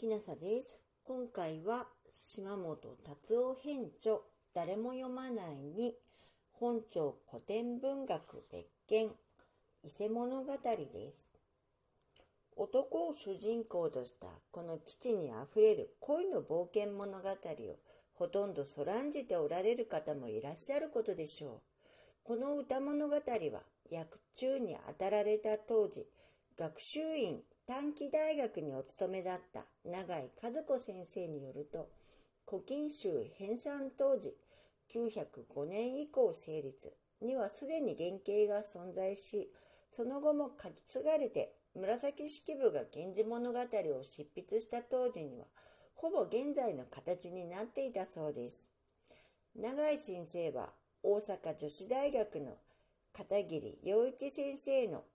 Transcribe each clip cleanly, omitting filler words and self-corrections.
きなさです。今回は島本達夫編著誰も読まないに本朝古典文学別件伊勢物語です。男を主人公としたこの基地にあふれる恋の冒険物語をほとんどそらんじておられる方もいらっしゃることでしょう。この歌物語は訳中に当たられた当時、学習院短期大学にお勤めだった永井和子先生によると、古今集編纂当時905年以降成立にはすでに原型が存在し、その後も書き継がれて紫式部が源氏物語を執筆した当時にはほぼ現在の形になっていたそうです。永井先生は大阪女子大学の片桐洋一先生の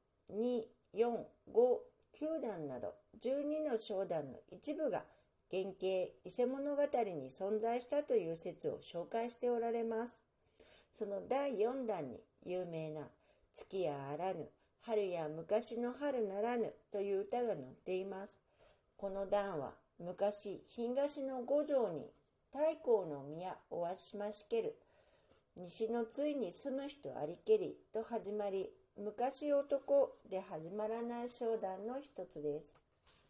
2、4、5、9段など12の章段の一部が原型伊勢物語に存在したという説を紹介しておられます。その第4弾に有名な月やあらぬ、春や昔の春ならぬという歌が載っています。この段は昔東の五条に太閤の宮おわしましける西のついに住む人ありけりと始まり、昔男で始まらない章段の一つです。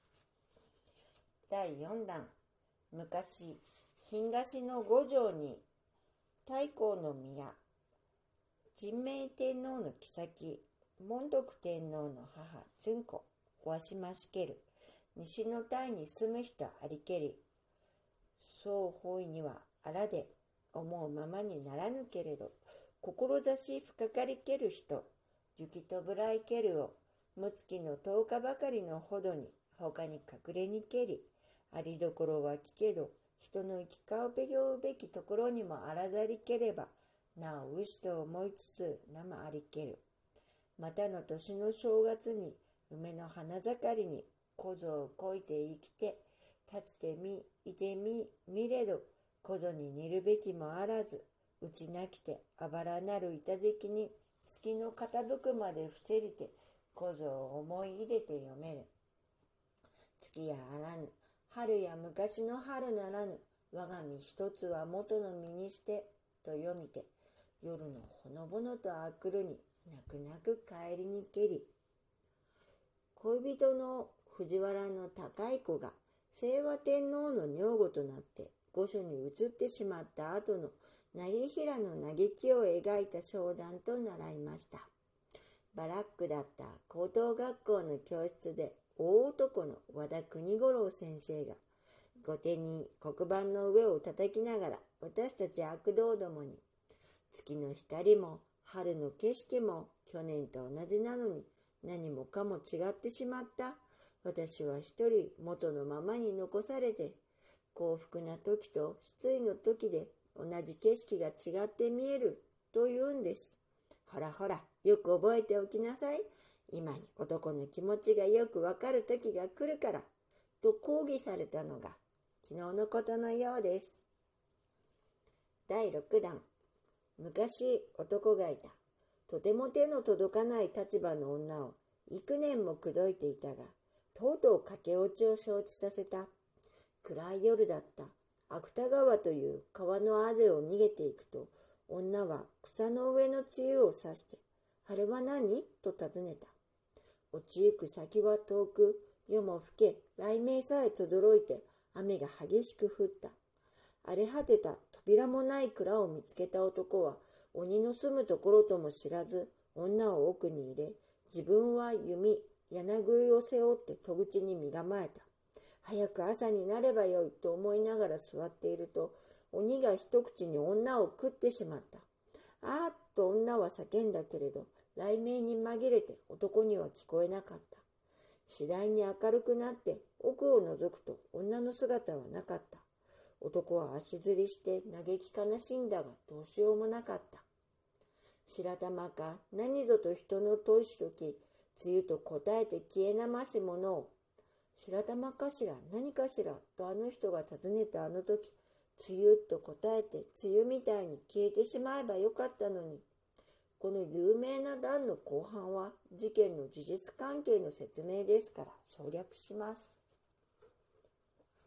第4弾、昔東の五条に太閤の宮、神明天皇の后、文徳天皇の母純子おわしましける西の体に住む人ありけり、そう方位にはあらで思うままにならぬけれど、志深かりける人、雪とぶらいけるを、むつきの10日ばかりのほどに他に隠れにけり、ありどころは聞けど、人の行き交うべきところにもあらざりければ、なおうしと思いつつ生ありける。またの年の正月に、梅の花盛りに、小僧をこいて生きて、立ちてみ、いてみ、見れど、小僧に似るべきもあらず、うちなきてあばらなるいたじきに、月の傾くまで伏せりて、小僧を思い入れて読める。月やあらぬ、春や昔の春ならぬ、我が身一つは元の身にして、と読みて、夜のほのぼのとあくるに、泣く泣く帰りにけり。恋人の藤原の高い子が、清和天皇の女房となって、御所に移ってしまった後の、成平の嘆きを描いた章段と習いました。バラックだった高等学校の教室で大男の和田国五郎先生が御手に黒板の上を叩きながら私たち悪童どもに、月の光も春の景色も去年と同じなのに何もかも違ってしまった。私は一人元のままに残されて、幸福な時と失意の時で同じ景色が違って見えると言うんです。ほらほら、よく覚えておきなさい。今に男の気持ちがよくわかる時が来るから、と抗議されたのが昨日のことのようです。第6弾、昔男がいた。とても手の届かない立場の女を幾年も口説いていたが、とうとう駆け落ちを承知させた。暗い夜だった。芥川という川のあぜを逃げていくと、女は草の上の露を指して、あれは何と尋ねた。落ちゆく先は遠く、夜も更け、雷鳴さえ轟いて、雨が激しく降った。荒れ果てた扉もない蔵を見つけた男は、鬼の住むところとも知らず、女を奥に入れ、自分は弓、柳杭を背負って戸口に身構えた。早く朝になればよいと思いながら座っていると、鬼が一口に女を食ってしまった。あーっと女は叫んだけれど、雷鳴に紛れて男には聞こえなかった。次第に明るくなって奥を覗くと女の姿はなかった。男は足づりして嘆き悲しんだがどうしようもなかった。白玉か何ぞと人の問いしとき、梅雨と答えて消えなましものを、白玉かしら何かしらとあの人が尋ねたあの時、梅雨と答えて梅雨みたいに消えてしまえばよかったのに。この有名な段の後半は事件の事実関係の説明ですから省略します。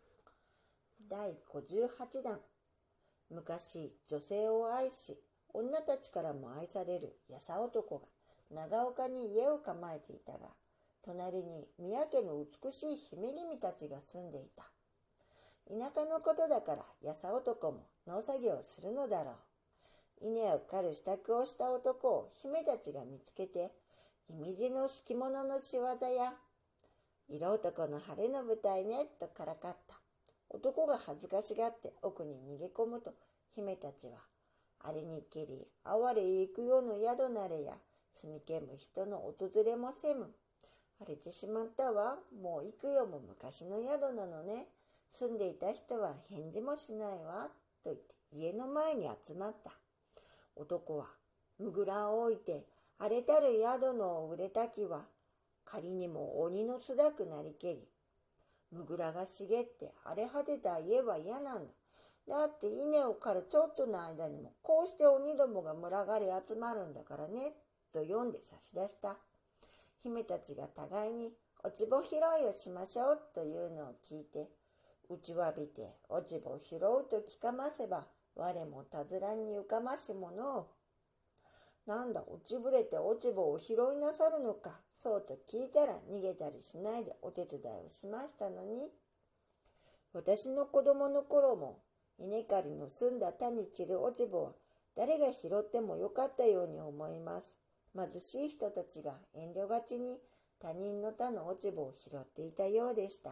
第58弾。昔、女性を愛し、女たちからも愛されるやさ男が長岡に家を構えていたが、隣に宮家の美しい姫君たちが住んでいた。田舎のことだからやさ男も農作業をするのだろう。稲を刈る支度をした男を姫たちが見つけて、いみじの着物の仕業や、色男の晴れの舞台ね、とからかった。男が恥ずかしがって奥に逃げ込むと、姫たちは、あれにけり、哀れ行くようの宿なれや、住みけむ人の訪れもせむ。晴れてしまったわ、もう幾夜も昔の宿なのね。住んでいた人は返事もしないわ、と言って家の前に集まった。男は、むぐらを置いて、荒れたる宿の売れたきは、仮にも鬼の巣だくなりけり、むぐらが茂って荒れ果てた家は嫌なんだ。だって稲を刈るちょっとの間にもこうして鬼どもが群がり集まるんだからね、と読んで差し出した。姫たちが互いに落ち穂拾いをしましょうというのを聞いて、うちわびて落ち穂拾うと聞かませば、我もたずらにゆかましものを。なんだ、落ちぶれて落ち穂を拾いなさるのか、そうと聞いたら逃げたりしないでお手伝いをしましたのに。私の子供の頃も、稲刈りの澄んだ田に散る落ち穂は誰が拾ってもよかったように思います。貧しい人たちが遠慮がちに他人の田の落ち穂を拾っていたようでした。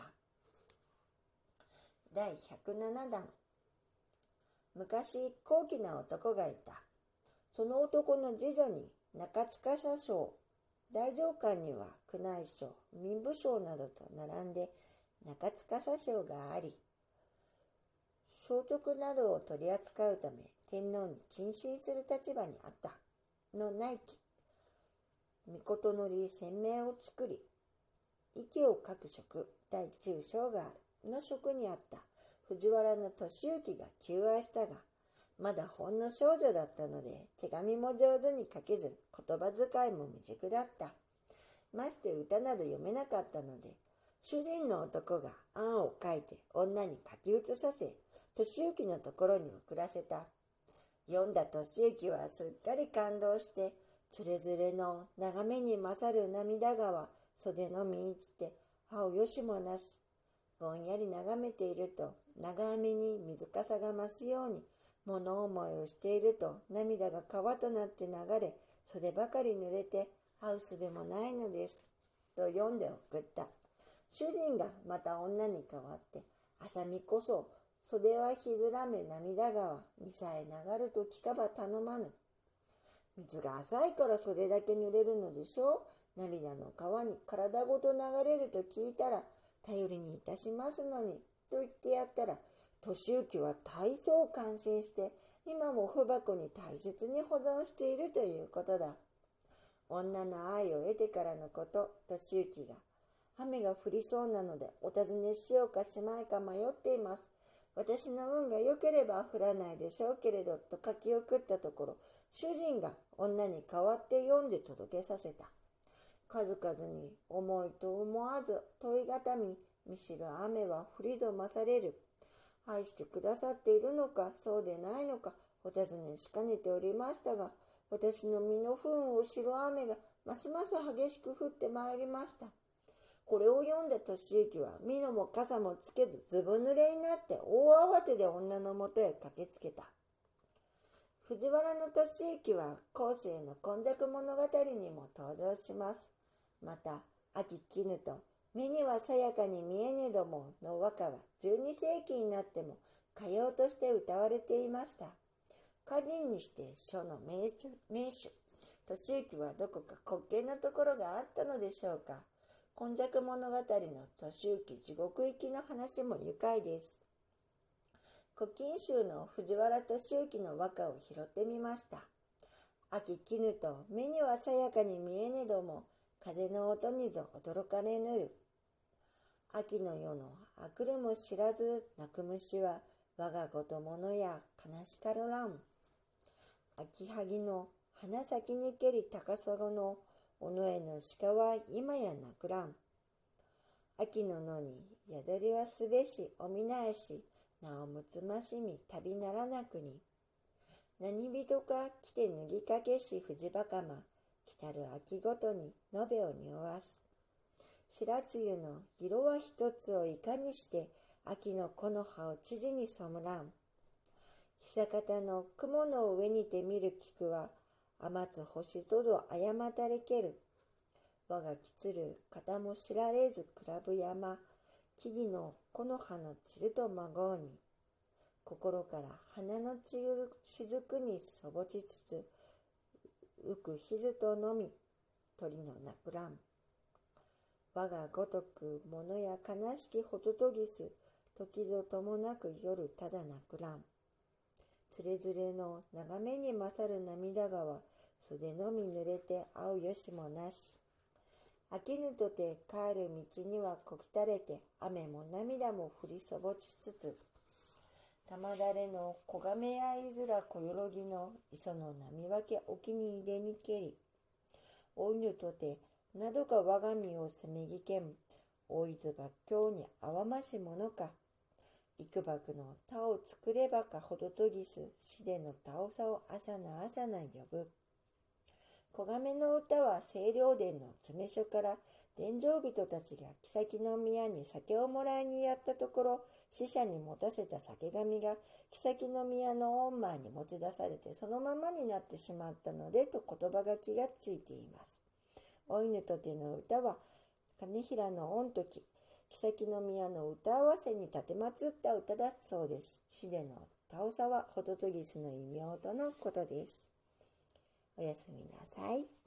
第107弾。昔、高貴な男がいた。その男の次女に中塚社長、大上官には宮内省、民部省などと並んで中塚社長があり、聖徳などを取り扱うため天皇に謹慎する立場にあったの内記、命のり宣明を作り、息を書く職、第中章があるの職にあった藤原俊之が求愛したが、まだほんの少女だったので、手紙も上手に書けず、言葉遣いも未熟だった。まして歌など読めなかったので、主人の男が案を書いて女に書き写させ、俊之のところに送らせた。読んだ俊之はすっかり感動して、つれづれの眺めに勝る涙川、袖の身につて、歯をよしもなし。ぼんやり眺めていると、長雨に水かさが増すように、物思いをしていると涙が川となって流れ、袖ばかり濡れて這うすべもないのです。と読んで送った。主人がまた女に代わって、浅見こそ袖はひずらめ涙川、見さえ流ると聞かば頼まぬ。水が浅いから袖だけ濡れるのでしょう。涙の川に体ごと流れると聞いたら、頼りにいたしますのに、と言ってやったら、俊之は大層感心して、今も文箱に大切に保存しているということだ。女の愛を得てからのこと、俊之が、雨が降りそうなのでお尋ねしようかしまいか迷っています。私の運が良ければ降らないでしょうけれど、と書き送ったところ、主人が女に代わって読んで届けさせた。数々に思いと思わず問いがたみ、見知る雨は降りぞ増される。愛してくださっているのか、そうでないのか、お尋ねしかねておりましたが、私の身の糞を知る雨がますます激しく降ってまいりました。これを読んだ俊之は、身のも傘もつけず、ずぶ濡れになって大慌てで女のもとへ駆けつけた。藤原俊之は後世の今昔物語にも登場します。また、秋絹と目にはさやかに見えねどもの和歌は12世紀になっても歌謡として歌われていました。歌人にして書の名手、俊之はどこか滑稽なところがあったのでしょうか。今昔物語の俊之地獄行きの話も愉快です。古今集の藤原俊之の和歌を拾ってみました。秋絹と目にはさやかに見えねども、風の音にぞ驚かれぬる。秋の夜のあくるも知らず泣く虫は、我が子とものや悲しかららん。秋はぎの花咲にけり高砂の尾上の鹿は今やなくらん。秋の野に宿りはすべしおみなえし、 なおむつましみ旅ならなくに。何人か来て脱ぎかけし藤袴、来たる秋ごとに延べを匂わす。白露の色は一つをいかにして秋の木の葉を知事に染らん。久方の雲の上にて見る菊は天津星とど誤たれける。我がきつる方も知られず比ぶ山、木々の木の葉の散ると孫に。心から花の雫にそぼちつつ、浮くひずとのみ鳥の鳴くらん。我がごとく物や悲しきほととぎす、時ぞともなく夜ただ泣くらん。つれづれの眺めに勝る涙川、袖のみ濡れて会うよしもなし。飽きぬとて帰る道にはこきたれて、雨も涙も降りそぼちつつ、玉だれの小亀やいずら小よろぎの磯の波分け沖に出にけり。おいぬとてなどか我が身をせめぎけん、大伊豆が今日にあわましものか。幾ばくの田を作ればかほどとぎす、しでの田おさを朝な朝な呼ぶ。小亀の歌は清涼殿の詰所から殿上人たちが妃宮に酒をもらいにやったところ、使者に持たせた酒紙が妃宮の御前に持ち出されてそのままになってしまったのでと言葉書きがついています。お犬とての歌は金平の御時、妃宮の歌合わせに立てまつった歌だそうです。しでの田おさはホトトギスの異名とのことです。おやすみなさい。